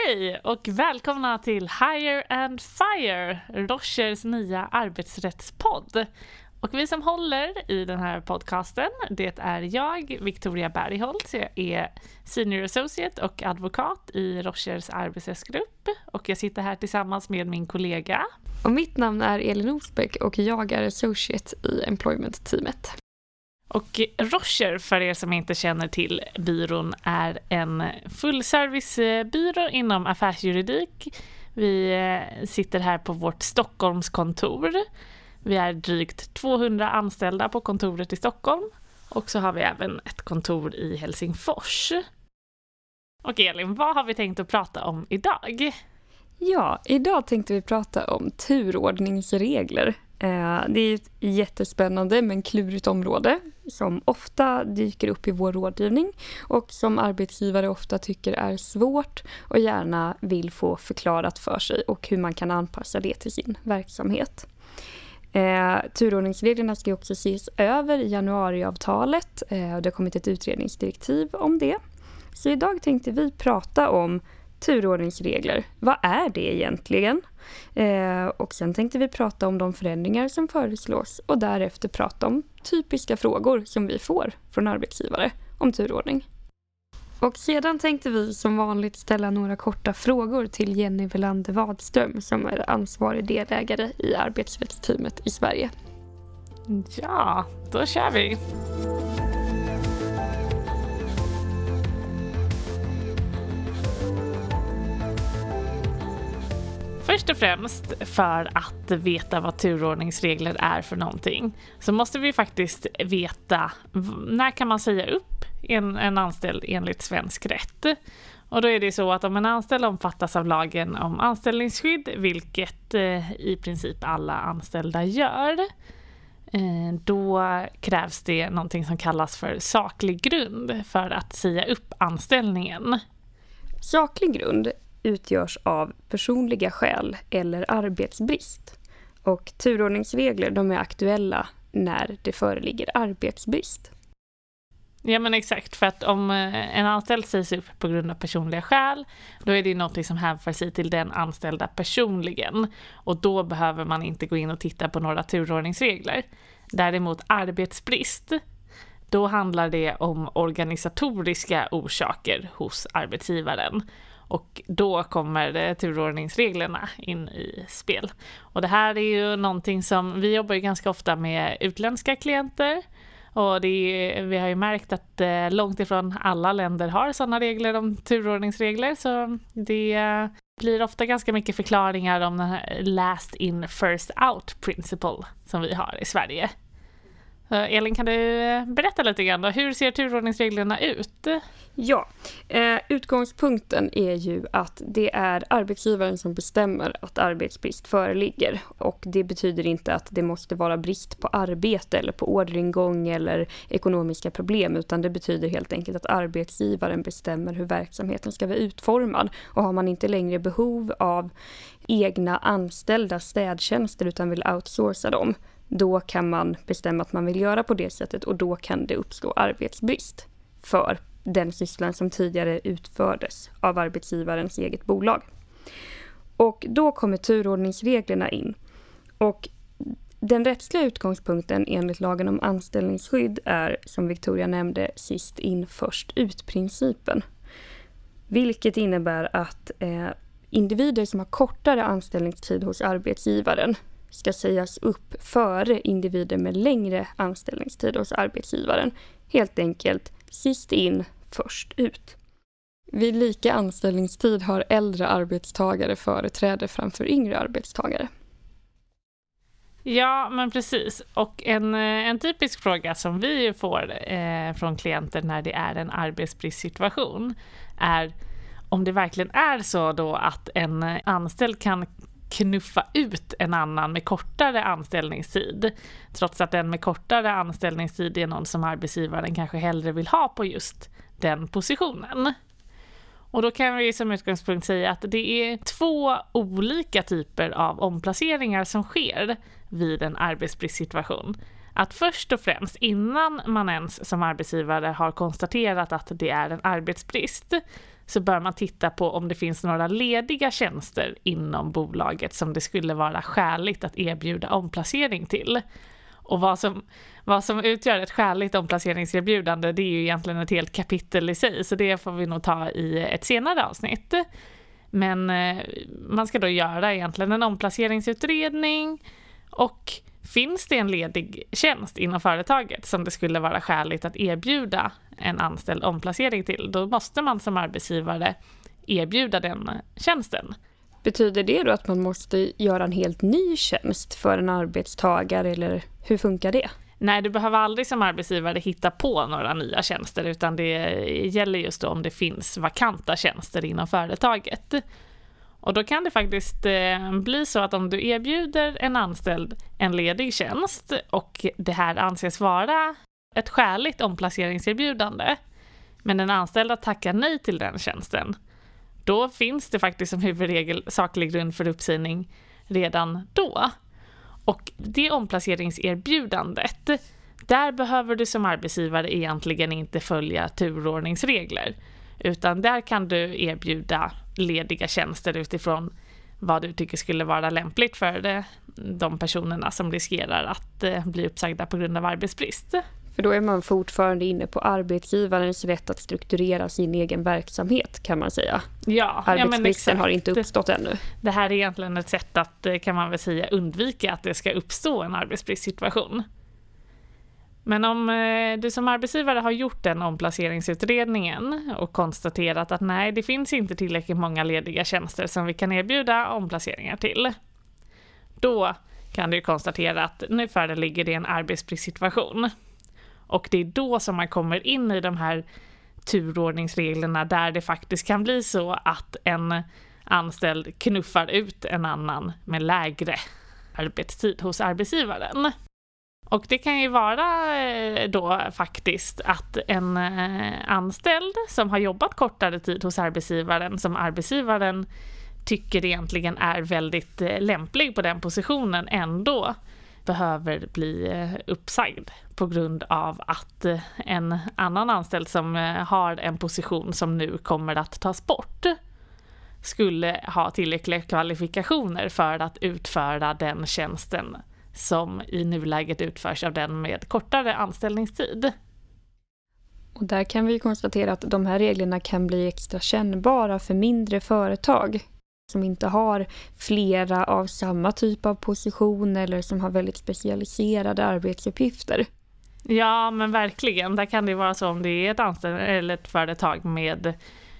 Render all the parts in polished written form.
Hej och välkomna till Hire and Fire, Rochers nya arbetsrättspodd. Och vi som håller i den här podcasten, det är jag, Victoria Bergholt. Jag är Senior Associate och advokat i Rochers arbetsrättsgrupp. Och jag sitter här tillsammans med min kollega. Och mitt namn är Elin Osbeck och jag är Associate i Employment-teamet. Och Rocher, för er som inte känner till byrån, är en fullservicebyrå inom affärsjuridik. Vi sitter här på vårt Stockholmskontor. Vi är drygt 200 anställda på kontoret i Stockholm. Och så har vi även ett kontor i Helsingfors. Och Elin, vad har vi tänkt att prata om idag? Ja, idag tänkte vi prata om turordningsregler. Det är ett jättespännande men klurigt område som ofta dyker upp i vår rådgivning och som arbetsgivare ofta tycker är svårt och gärna vill få förklarat för sig och hur man kan anpassa det till sin verksamhet. Turordningsreglerna ska också ses över i januariavtalet. Det har kommit ett utredningsdirektiv om det. Så idag tänkte vi prata om turordningsregler. Vad är det egentligen? Och sen tänkte vi prata om de förändringar som föreslås och därefter prata om typiska frågor som vi får från arbetsgivare om turordning. Och sedan tänkte vi som vanligt ställa några korta frågor till Jenny Welander Wadström som är ansvarig delägare i arbetsrättsteamet i Sverige. Ja, då kör vi! Först och främst, för att veta vad turordningsregler är för någonting, så måste vi faktiskt veta när kan man säga upp en anställd enligt svensk rätt. Och då är det så att om en anställd omfattas av lagen om anställningsskydd, vilket i princip alla anställda gör, då krävs det någonting som kallas för saklig grund för att säga upp anställningen. Saklig grund utgörs av personliga skäl eller arbetsbrist. Och turordningsregler, de är aktuella när det föreligger arbetsbrist. Ja, men exakt, för att om en anställd sägs upp på grund av personliga skäl, då är det något som hänför sig till den anställda personligen. Och då behöver man inte gå in och titta på några turordningsregler. Däremot arbetsbrist, då handlar det om organisatoriska orsaker hos arbetsgivaren. Och då kommer turordningsreglerna in i spel. Och det här är ju någonting som vi jobbar ju ganska ofta med utländska klienter. Och vi har ju märkt att långt ifrån alla länder har sådana regler om turordningsregler. Så det blir ofta ganska mycket förklaringar om den här last in first out principle som vi har i Sverige. Så Elin, kan du berätta lite grann då? Hur ser turordningsreglerna ut? Ja, utgångspunkten är ju att det är arbetsgivaren som bestämmer att arbetsbrist föreligger. Och det betyder inte att det måste vara brist på arbete eller på orderingång eller ekonomiska problem, utan det betyder helt enkelt att arbetsgivaren bestämmer hur verksamheten ska vara utformad. Och har man inte längre behov av egna anställda städtjänster utan vill outsourca dem, då kan man bestämma att man vill göra på det sättet och då kan det uppstå arbetsbrist för den sysslan som tidigare utfördes av arbetsgivarens eget bolag. Och då kommer turordningsreglerna in. Och den rättsliga utgångspunkten enligt lagen om anställningsskydd är, som Victoria nämnde, sist in först ut-principen. Vilket innebär att individer som har kortare anställningstid hos arbetsgivaren ska sägas upp före individer med längre anställningstid hos arbetsgivaren. Helt enkelt sist in, först ut. Vid lika anställningstid har äldre arbetstagare företräde framför yngre arbetstagare. Ja, men precis. Och en typisk fråga som vi får från klienter när det är en arbetsbristsituation är om det verkligen är så då att en anställd kan knuffa ut en annan med kortare anställningstid, trots att den med kortare anställningstid är någon som arbetsgivaren kanske hellre vill ha på just den positionen. Och då kan vi som utgångspunkt säga att det är 2 olika typer av omplaceringar som sker vid en arbetsbristsituation. att först och främst innan man ens som arbetsgivare har konstaterat att det är en arbetsbrist så bör man titta på om det finns några lediga tjänster inom bolaget som det skulle vara skäligt att erbjuda omplacering till. Och vad som utgör ett skäligt omplaceringserbjudande, det är ju egentligen ett helt kapitel i sig, så det får vi nog ta i ett senare avsnitt. Men man ska då göra egentligen en omplaceringsutredning, och finns det en ledig tjänst inom företaget som det skulle vara skäligt att erbjuda en anställd omplacering till, då måste man som arbetsgivare erbjuda den tjänsten. Betyder det då att man måste göra en helt ny tjänst för en arbetstagare, eller hur funkar det? Nej, du behöver aldrig som arbetsgivare hitta på några nya tjänster, utan det gäller just då om det finns vakanta tjänster inom företaget. Och då kan det faktiskt bli så att om du erbjuder en anställd en ledig tjänst och det här anses vara ett skäligt omplaceringserbjudande, men den anställda tackar nej till den tjänsten, då finns det faktiskt som huvudregel saklig grund för uppsägning redan då. Och det omplaceringserbjudandet, där behöver du som arbetsgivare egentligen inte följa turordningsregler, utan där kan du erbjuda lediga tjänster utifrån vad du tycker skulle vara lämpligt för de personerna som riskerar att bli uppsagda på grund av arbetsbrist. För då är man fortfarande inne på arbetsgivarens rätt att strukturera sin egen verksamhet, kan man säga. Ja, arbetsbristen har inte uppstått ännu. Det här är egentligen ett sätt att, kan man väl säga, undvika att det ska uppstå en arbetsbristsituation. Men om du som arbetsgivare har gjort den omplaceringsutredningen och konstaterat att nej, det finns inte tillräckligt många lediga tjänster som vi kan erbjuda omplaceringar till, då kan du konstatera att nu föreligger det en arbetsbristsituation. Och det är då som man kommer in i de här turordningsreglerna där det faktiskt kan bli så att en anställd knuffar ut en annan med lägre arbetstid hos arbetsgivaren. Och det kan ju vara då faktiskt att en anställd som har jobbat kortare tid hos arbetsgivaren, som arbetsgivaren tycker egentligen är väldigt lämplig på den positionen, ändå behöver bli uppsagd på grund av att en annan anställd som har en position som nu kommer att tas bort skulle ha tillräckliga kvalifikationer för att utföra den tjänsten som i nuläget utförs av den med kortare anställningstid. Och där kan vi konstatera att de här reglerna kan bli extra kännbara för mindre företag som inte har flera av samma typ av position eller som har väldigt specialiserade arbetsuppgifter. Ja, men verkligen. Där kan det vara så om det är ett anställd eller ett företag med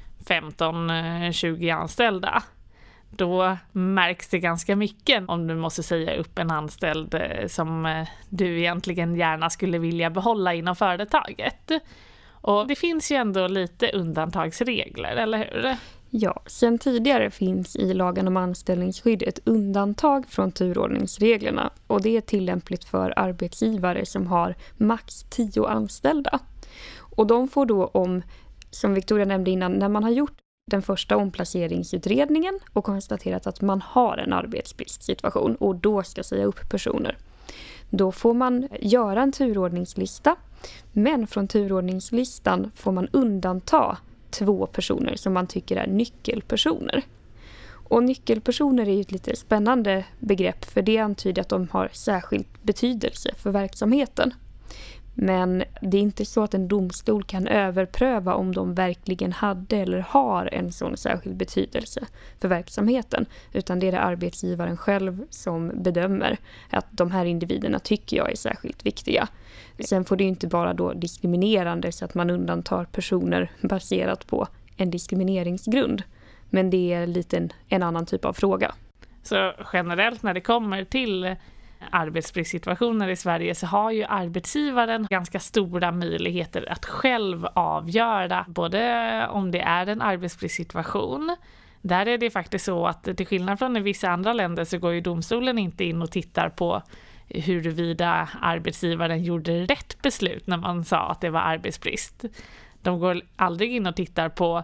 15-20 anställda. Då märks det ganska mycket om du måste säga upp en anställd som du egentligen gärna skulle vilja behålla inom företaget. Och det finns ju ändå lite undantagsregler, eller hur? Ja, sen tidigare finns i lagen om anställningsskydd ett undantag från turordningsreglerna, och det är tillämpligt för arbetsgivare som har max 10 anställda. Och de får då, som Victoria nämnde innan, när man har gjort den första omplaceringsutredningen och konstaterat att man har en arbetsbristsituation och då ska säga upp personer, då får man göra en turordningslista, men från turordningslistan får man undanta 2 personer som man tycker är nyckelpersoner. Och nyckelpersoner är ju ett lite spännande begrepp, för det antyder att de har särskild betydelse för verksamheten. Men det är inte så att en domstol kan överpröva om de verkligen hade eller har en sån särskild betydelse för verksamheten, utan det är det arbetsgivaren själv som bedömer att de här individerna tycker jag är särskilt viktiga. Sen får det ju inte vara då diskriminerande så att man undantar personer baserat på en diskrimineringsgrund, men det är lite en annan typ av fråga. Så generellt när det kommer till arbetsbristsituationer i Sverige så har ju arbetsgivaren ganska stora möjligheter att själv avgöra både om det är en arbetsbristsituation. Där är det faktiskt så att till skillnad från i vissa andra länder så går ju domstolen inte in och tittar på huruvida arbetsgivaren gjorde rätt beslut när man sa att det var arbetsbrist. De går aldrig in och tittar på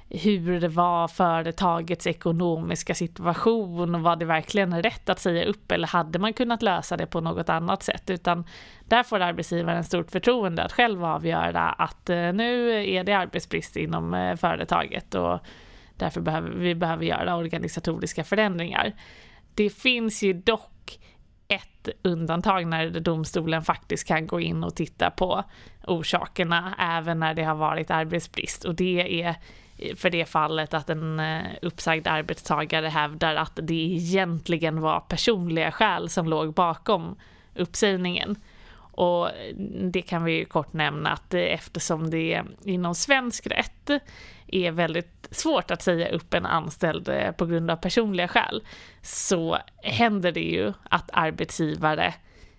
hur det var företagets ekonomiska situation och var det verkligen rätt att säga upp eller hade man kunnat lösa det på något annat sätt, utan där får arbetsgivaren stort förtroende att själv avgöra att nu är det arbetsbrist inom företaget och därför behöver vi göra organisatoriska förändringar. Det finns ju dock ett undantag när domstolen faktiskt kan gå in och titta på orsakerna även när det har varit arbetsbrist, och det är för det fallet att en uppsagd arbetstagare hävdar att det egentligen var personliga skäl som låg bakom uppsägningen. Och det kan vi kort nämna att eftersom det inom svensk rätt är väldigt svårt att säga upp en anställd på grund av personliga skäl, så händer det ju att arbetsgivare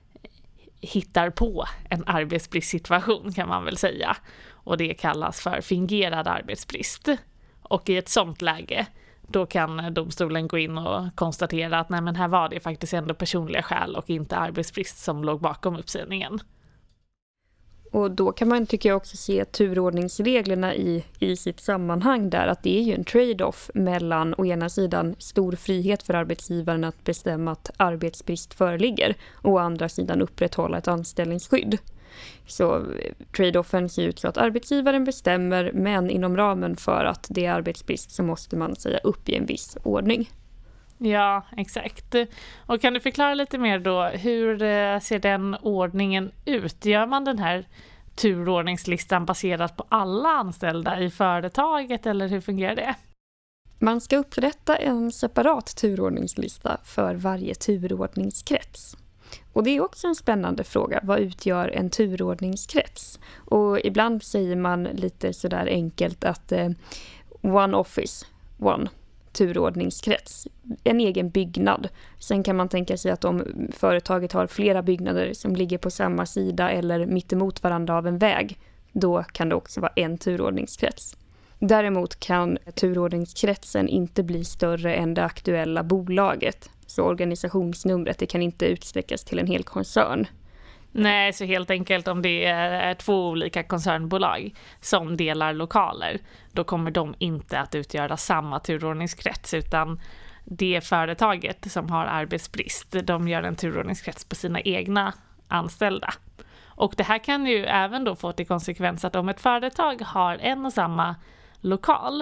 hittar på en arbetsbristsituation, kan man väl säga. Och det kallas för fingerad arbetsbrist. Och i ett sånt läge, då kan domstolen gå in och konstatera att nej, men här var det faktiskt ändå personliga skäl och inte arbetsbrist som låg bakom uppsägningen. Och då kan man, tycker jag, också se turordningsreglerna i sitt sammanhang där, att det är ju en trade-off mellan å ena sidan stor frihet för arbetsgivaren att bestämma att arbetsbrist föreligger och å andra sidan upprätthålla ett anställningsskydd. Så trade-offen ser ut så att arbetsgivaren bestämmer, men inom ramen för att det är arbetsbrist så måste man säga upp i en viss ordning. Ja, exakt. Och kan du förklara lite mer då, hur ser den ordningen ut? Gör man den här turordningslistan baserat på alla anställda i företaget eller hur fungerar det? Man ska upprätta en separat turordningslista för varje turordningskrets. Och det är också en spännande fråga. Vad utgör en turordningskrets? Och ibland säger man lite sådär enkelt att one office, one turordningskrets. En egen byggnad. Sen kan man tänka sig att om företaget har flera byggnader som ligger på samma sida eller mittemot varandra av en väg, då kan det också vara en turordningskrets. Däremot kan turordningskretsen inte bli större än det aktuella bolaget. Så organisationsnumret, det kan inte utsträckas till en hel koncern. Nej, så helt enkelt om det är 2 olika koncernbolag som delar lokaler, då kommer de inte att utgöra samma turordningskrets, utan det företaget som har arbetsbrist, de gör en turordningskrets på sina egna anställda. Och det här kan ju även då få till konsekvens att om ett företag har en och samma lokal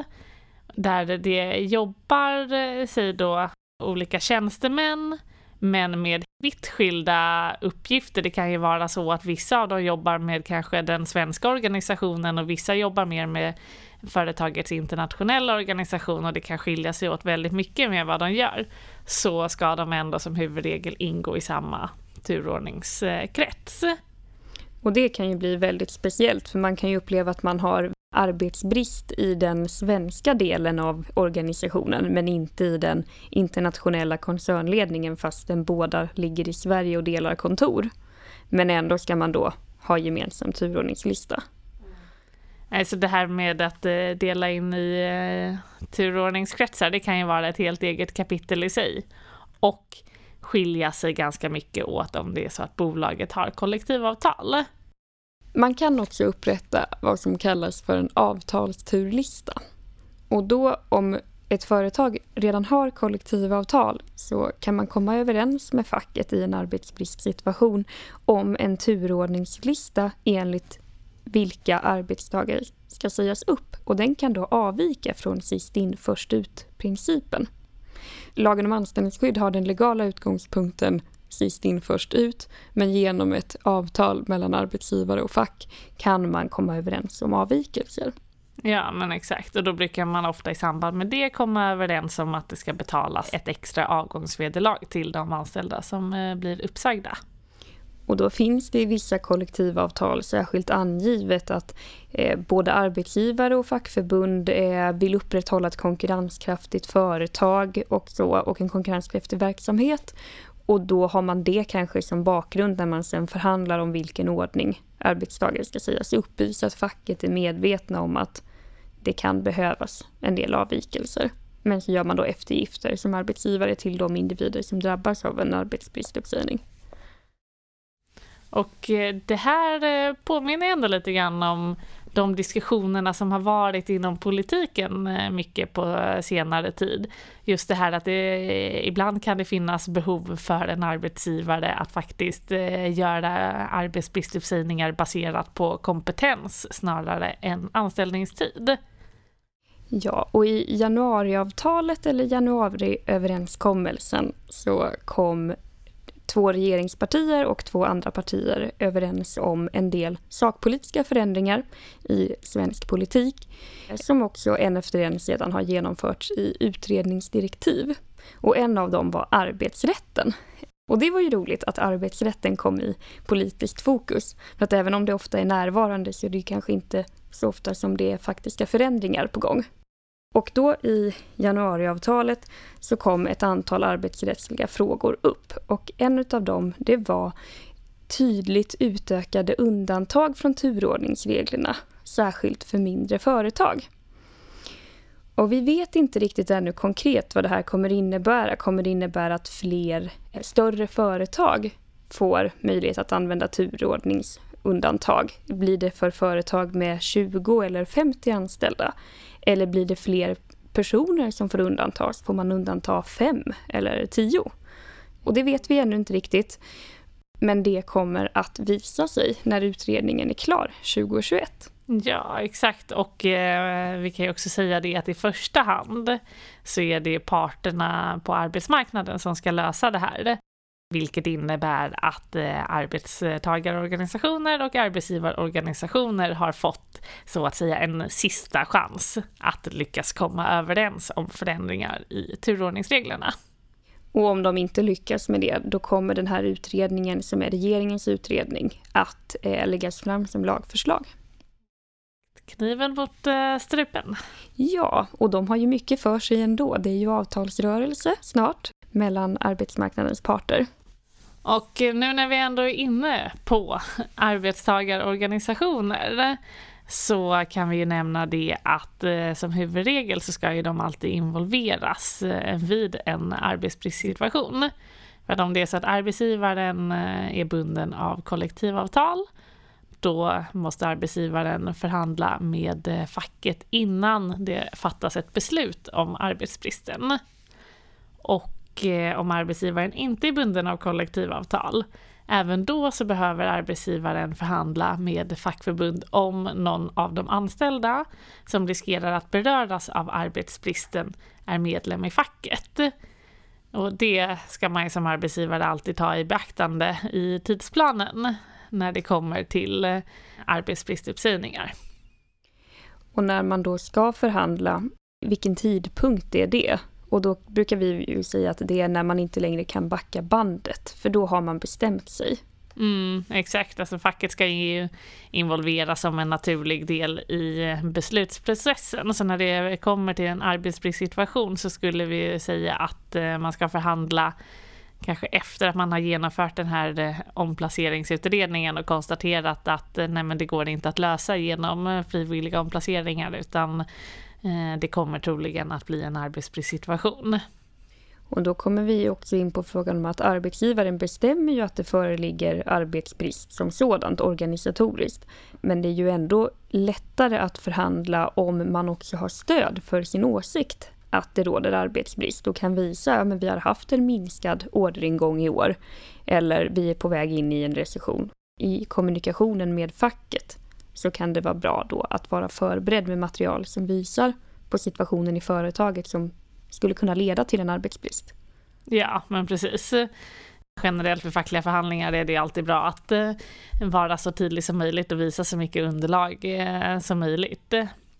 där det jobbar sig då olika tjänstemän men med vitt skilda uppgifter. Det kan ju vara så att vissa av dem jobbar med kanske den svenska organisationen och vissa jobbar mer med företagets internationella organisation, och det kan skilja sig åt väldigt mycket med vad de gör. Så ska de ändå som huvudregel ingå i samma turordningskrets. Och det kan ju bli väldigt speciellt, för man kan ju uppleva att man har arbetsbrist i den svenska delen av organisationen men inte i den internationella koncernledningen, fast den båda ligger i Sverige och delar kontor. Men ändå ska man då ha gemensam turordningslista. Alltså det här med att dela in i turordningskretsar, det kan ju vara ett helt eget kapitel i sig och skilja sig ganska mycket åt om det är så att bolaget har kollektivavtal. Man kan också upprätta vad som kallas för en avtalsturlista. Och då om ett företag redan har kollektivavtal så kan man komma överens med facket i en arbetsbristsituation om en turordningslista enligt vilka arbetstagare ska sägas upp. Och den kan då avvika från sist in först ut-principen. Lagen om anställningsskydd har den legala utgångspunkten sist in först ut, men genom ett avtal mellan arbetsgivare och fack kan man komma överens om avvikelser. Ja, men exakt. Och då brukar man ofta i samband med det komma överens om att det ska betalas ett extra avgångsvederlag till de anställda som blir uppsagda. Och då finns det i vissa kollektivavtal särskilt angivet att både arbetsgivare och fackförbund vill upprätthålla ett konkurrenskraftigt företag och en konkurrenskraftig verksamhet. Och då har man det kanske som bakgrund när man sen förhandlar om vilken ordning arbetstagare ska sägas upp i, så att facket är medvetna om att det kan behövas en del avvikelser. Men så gör man då eftergifter som arbetsgivare till de individer som drabbas av en arbetsbristuppsägning. Och det här påminner ändå lite grann om de diskussionerna som har varit inom politiken mycket på senare tid. Just det här att ibland kan det finnas behov för en arbetsgivare att faktiskt göra arbetsbristuppsägningar baserat på kompetens snarare än anställningstid. Ja, och i januariavtalet eller januariöverenskommelsen så kom 2 regeringspartier och 2 andra partier överens om en del sakpolitiska förändringar i svensk politik som också en efter en sedan har genomförts i utredningsdirektiv. Och en av dem var arbetsrätten. Och det var ju roligt att arbetsrätten kom i politiskt fokus. För att även om det ofta är närvarande så är det kanske inte så ofta som det är faktiska förändringar på gång. Och då i januariavtalet så kom ett antal arbetsrättsliga frågor upp. Och en av dem det var tydligt utökade undantag från turordningsreglerna, särskilt för mindre företag. Och vi vet inte riktigt ännu konkret vad det här kommer innebära. Kommer det innebära att fler större företag får möjlighet att använda turordningsundantag? Blir det för företag med 20 eller 50 anställda? Eller blir det fler personer som får undantas? Får man undanta 5 eller 10? Och det vet vi ännu inte riktigt. Men det kommer att visa sig när utredningen är klar 2021. Ja, exakt. Och vi kan ju också säga det att i första hand så är det parterna på arbetsmarknaden som ska lösa det här. Vilket innebär att arbetstagarorganisationer och arbetsgivarorganisationer har fått så att säga en sista chans att lyckas komma överens om förändringar i turordningsreglerna. Och om de inte lyckas med det, då kommer den här utredningen som är regeringens utredning att läggas fram som lagförslag. Kniven mot strupen. Ja, och de har ju mycket för sig ändå. Det är ju avtalsrörelse snart mellan arbetsmarknadens parter. Och nu när vi ändå är inne på arbetstagarorganisationer så kan vi ju nämna det att som huvudregel så ska ju de alltid involveras vid en arbetsbristsituation. För om det är så att arbetsgivaren är bunden av kollektivavtal, då måste arbetsgivaren förhandla med facket innan det fattas ett beslut om arbetsbristen. Och om arbetsgivaren inte är bunden av kollektivavtal, även då så behöver arbetsgivaren förhandla med fackförbund om någon av de anställda som riskerar att beröras av arbetsbristen är medlem i facket. Och det ska man som arbetsgivare alltid ta i beaktande i tidsplanen när det kommer till arbetsbristuppsägningar. Och när man då ska förhandla, vilken tidpunkt är det? Och då brukar vi ju säga att det är när man inte längre kan backa bandet, för då har man bestämt sig. Exakt, alltså facket ska ju involveras som en naturlig del i beslutsprocessen. Så när det kommer till en arbetsbristsituation så skulle vi säga att man ska förhandla kanske efter att man har genomfört den här omplaceringsutredningen och konstaterat att nej, men det går inte att lösa genom frivilliga omplaceringar, utan det kommer troligen att bli en arbetsbristsituation. Och då kommer vi också in på frågan om att arbetsgivaren bestämmer ju att det föreligger arbetsbrist som sådant organisatoriskt. Men det är ju ändå lättare att förhandla om man också har stöd för sin åsikt att det råder arbetsbrist och kan visa att vi har haft en minskad orderingång i år eller vi är på väg in i en recession. I kommunikationen med facket så kan det vara bra då att vara förberedd med material som visar på situationen i företaget som skulle kunna leda till en arbetsbrist. Ja, men precis. Generellt för fackliga förhandlingar är det alltid bra att vara så tydlig som möjligt och visa så mycket underlag som möjligt.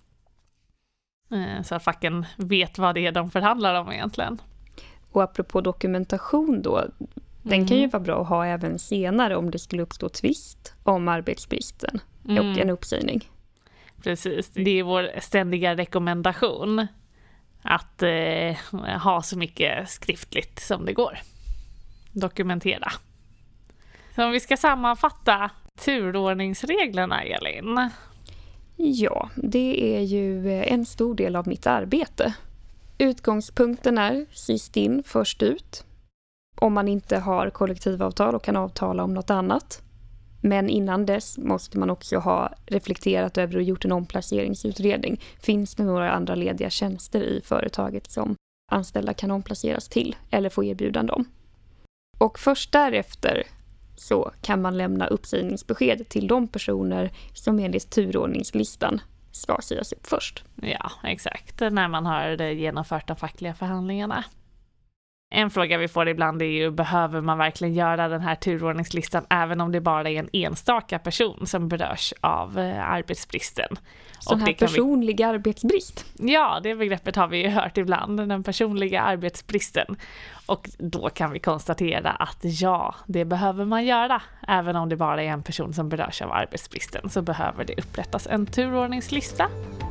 Så att facken vet vad det är de förhandlar om egentligen. Och apropå dokumentation då, den kan ju vara bra att ha även senare om det skulle uppstå tvist om arbetsbristen och en uppsägning. Precis, det är vår ständiga rekommendation att ha så mycket skriftligt som det går. Dokumentera. Så om vi ska sammanfatta turordningsreglerna, Elin. Ja, det är ju en stor del av mitt arbete. Utgångspunkten är sist in, först ut. Om man inte har kollektivavtal och kan avtala om något annat. Men innan dess måste man också ha reflekterat över och gjort en omplaceringsutredning. Finns det några andra lediga tjänster i företaget som anställda kan omplaceras till eller få erbjudande om? Och först därefter så kan man lämna uppsägningsbesked till de personer som enligt turordningslistan ska sägas upp först. Ja, exakt. När man har genomfört de fackliga förhandlingarna. En fråga vi får ibland är ju, behöver man verkligen göra den här turordningslistan även om det bara är en enstaka person som berörs av arbetsbristen? Sån här personlig arbetsbrist. Ja, det begreppet har vi ju hört ibland, den personliga arbetsbristen. Och då kan vi konstatera att ja, det behöver man göra. Även om det bara är en person som berörs av arbetsbristen så behöver det upprättas en turordningslista.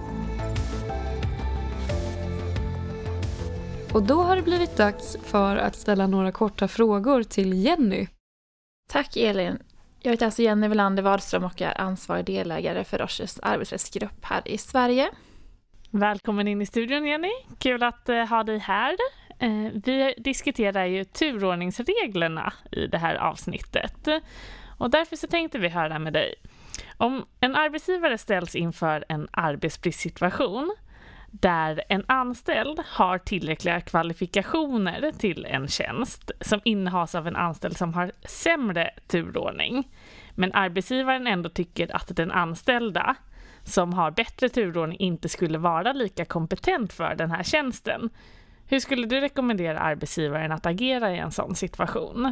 Och då har det blivit dags för att ställa några korta frågor till Jenny. Tack Elin. Jag heter alltså Jenny Welander Wadström och är ansvarig delägare för Roches arbetsrättsgrupp här i Sverige. Välkommen in i studion Jenny. Kul att ha dig här. Vi diskuterar ju turordningsreglerna i det här avsnittet. Och därför så tänkte vi höra med dig. Om en arbetsgivare ställs inför en arbetsbristsituation där en anställd har tillräckliga kvalifikationer till en tjänst som innehas av en anställd som har sämre turordning, men arbetsgivaren ändå tycker att den anställda som har bättre turordning inte skulle vara lika kompetent för den här tjänsten. Hur skulle du rekommendera arbetsgivaren att agera i en sån situation?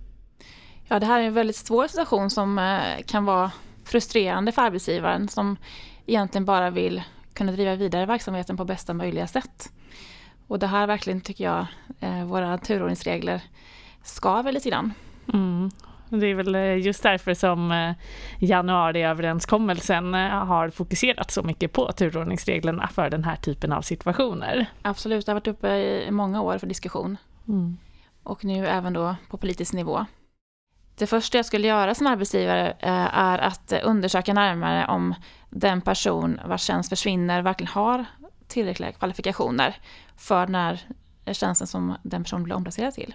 Ja, det här är en väldigt svår situation som kan vara frustrerande för arbetsgivaren som egentligen bara vill kunna driva vidare verksamheten på bästa möjliga sätt. Och det här verkligen tycker jag våra turordningsregler skaver lite grann. Det är väl just därför som januariöverenskommelsen har fokuserat så mycket på turordningsreglerna för den här typen av situationer. Absolut, det har varit uppe i många år för diskussion. Och nu även då på politisk nivå. Det första jag skulle göra som arbetsgivare är att undersöka närmare om den person vars tjänst försvinner verkligen har tillräckliga kvalifikationer för den här tjänsten som den personen blir omplacerad till.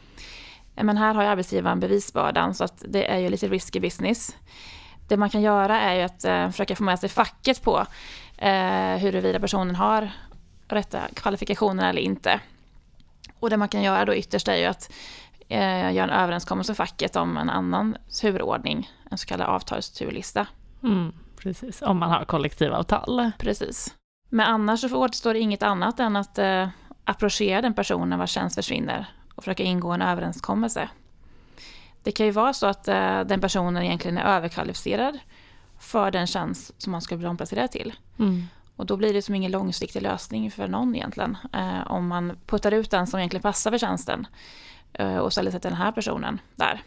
Men här har ju arbetsgivaren bevisbördan så att det är ju lite risky business. Det man kan göra är ju att försöka få med sig facket på huruvida personen har rätta kvalifikationer eller inte. Och det man kan göra då ytterst är ju att göra en överenskommelse med facket om en annan turordning, en så kallad avtalsturlista. Precis, om man har kollektivavtal. Precis. Men annars så återstår det inget annat än att approchera den personen vars tjänst försvinner och försöka ingå en överenskommelse. Det kan ju vara så att den personen egentligen är överkvalificerad för den tjänst som man ska bli omplacerad till. Och då blir det som ingen långsiktig lösning för någon egentligen. Om man puttar ut den som egentligen passar för tjänsten och ställer sig till den här personen där.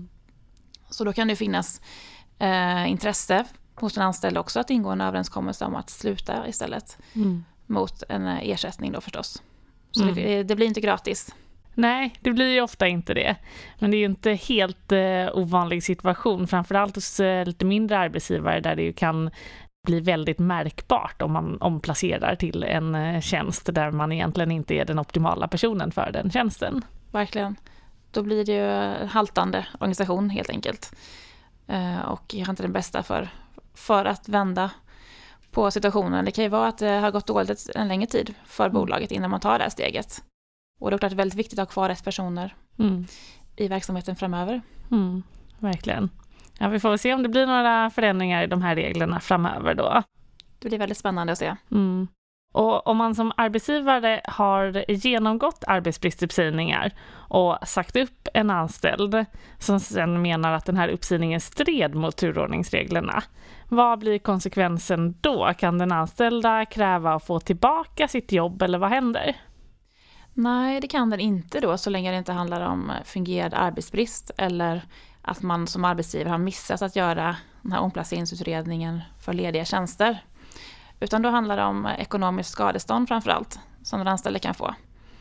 Så då kan det finnas intresse hos den anställda också att ingå en överenskommelse om att sluta istället mot en ersättning då förstås. Så det blir inte gratis. Nej, det blir ju ofta inte det. Men det är ju inte helt ovanlig situation, framförallt hos lite mindre arbetsgivare där det ju kan bli väldigt märkbart om man omplacerar till en tjänst där man egentligen inte är den optimala personen för den tjänsten. Verkligen. Då blir det ju en haltande organisation helt enkelt. Och jag har inte den bästa för att vända på situationen. Det kan ju vara att det har gått dåligt en längre tid för bolaget innan man tar det här steget. Och det är klart väldigt viktigt att ha kvar rätt personer i verksamheten framöver. Verkligen. Ja, vi får väl se om det blir några förändringar i de här reglerna framöver då. Det blir väldigt spännande att se. Och om man som arbetsgivare har genomgått arbetsbristuppsägningar och sagt upp en anställd som sedan menar att den här uppsägningen stred mot turordningsreglerna, vad blir konsekvensen då? Kan den anställda kräva att få tillbaka sitt jobb eller vad händer? Nej, det kan den inte då så länge det inte handlar om fungerad arbetsbrist eller att man som arbetsgivare har missat att göra den här omplaceringsutredningen för lediga tjänster. Utan då handlar det om ekonomiskt skadestånd framförallt som den anställde kan få.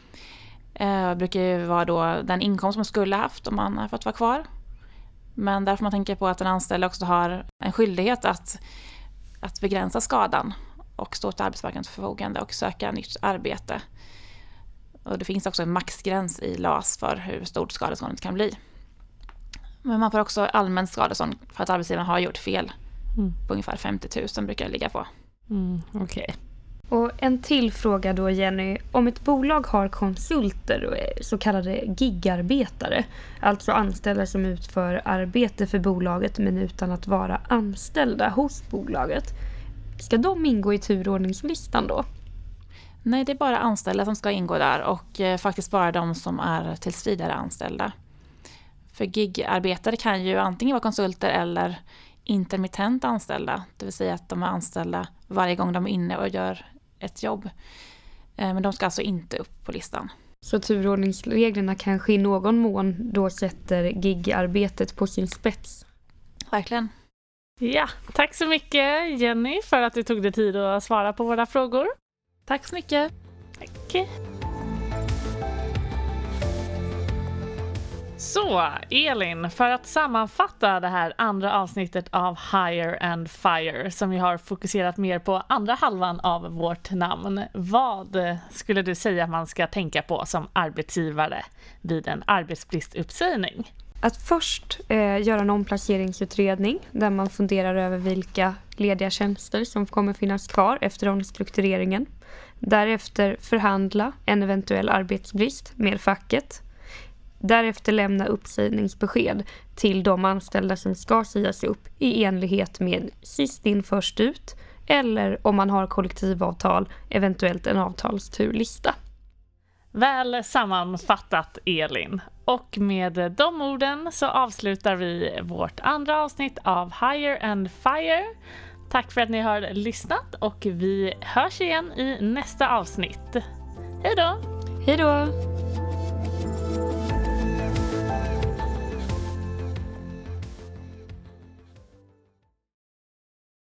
Det brukar ju vara då den inkomst man skulle haft om man har fått vara kvar. Men där får man tänka på att den anställde också har en skyldighet att begränsa skadan och stå till arbetsmarknadens förfogande och söka nytt arbete. Och det finns också en maxgräns i LAS för hur stort skadeståndet kan bli. Men man får också allmänt skadestånd för att arbetsgivaren har gjort fel. På ungefär 50 000 brukar det ligga på. Okej. Och en till fråga då, Jenny. Om ett bolag har konsulter och så kallade gigarbetare, alltså anställda som utför arbete för bolaget men utan att vara anställda hos bolaget, ska de ingå i turordningslistan då? Nej, det är bara anställda som ska ingå där och faktiskt bara de som är tills vidare anställda. För gigarbetare kan ju antingen vara konsulter eller intermittent anställda, det vill säga att de är anställda varje gång de är inne och gör ett jobb. Men de ska alltså inte upp på listan. Så turordningsreglerna kanske i någon mån då sätter gigarbetet på sin spets? Verkligen. Ja, tack så mycket Jenny för att du tog dig tid att svara på våra frågor. Tack så mycket. Tack. Så, Elin, för att sammanfatta det här andra avsnittet av Hire and Fire, som vi har fokuserat mer på andra halvan av vårt namn, vad skulle du säga man ska tänka på som arbetsgivare vid en arbetsbristuppsägning? Att först göra en omplaceringsutredning där man funderar över vilka lediga tjänster som kommer finnas kvar efter omstruktureringen. Därefter förhandla en eventuell arbetsbrist med facket. Därefter lämna uppsägningsbesked till de anställda som ska sägas upp i enlighet med sist in först ut, eller om man har kollektivavtal, eventuellt en avtalsturlista. Väl sammanfattat, Elin. Och med de orden så avslutar vi vårt andra avsnitt av Hire and Fire. Tack för att ni har lyssnat och vi hörs igen i nästa avsnitt. Hej då! Hej då!